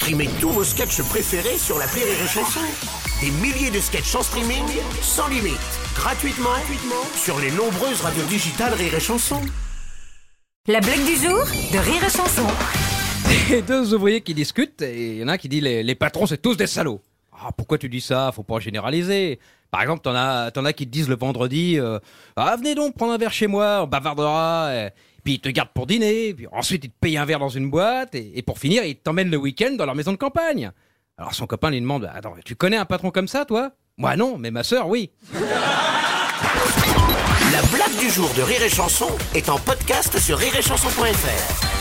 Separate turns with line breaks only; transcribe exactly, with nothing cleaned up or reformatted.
Streamez tous vos sketchs préférés sur l'appli Rire et Chanson. Des milliers de sketchs en streaming, sans limite, gratuitement, gratuitement sur les nombreuses radios digitales Rire et Chanson.
La blague du jour de Rire et Chanson.
Et deux ouvriers qui discutent, et il y en a un qui dit les, les patrons c'est tous des salauds. Ah, pourquoi tu dis ça? Faut pas généraliser. Par exemple, t'en as, t'en as qui te disent le vendredi euh, ah, venez donc prendre un verre chez moi, on bavardera, et puis ils te gardent pour dîner, puis ensuite ils te payent un verre dans une boîte, et, et pour finir, ils t'emmènent le week-end dans leur maison de campagne. Alors son copain lui demande attends, tu connais un patron comme ça, toi? Moi non, mais ma sœur, oui.
La blague du jour de Rire et Chanson est en podcast sur rire et chanson point f r.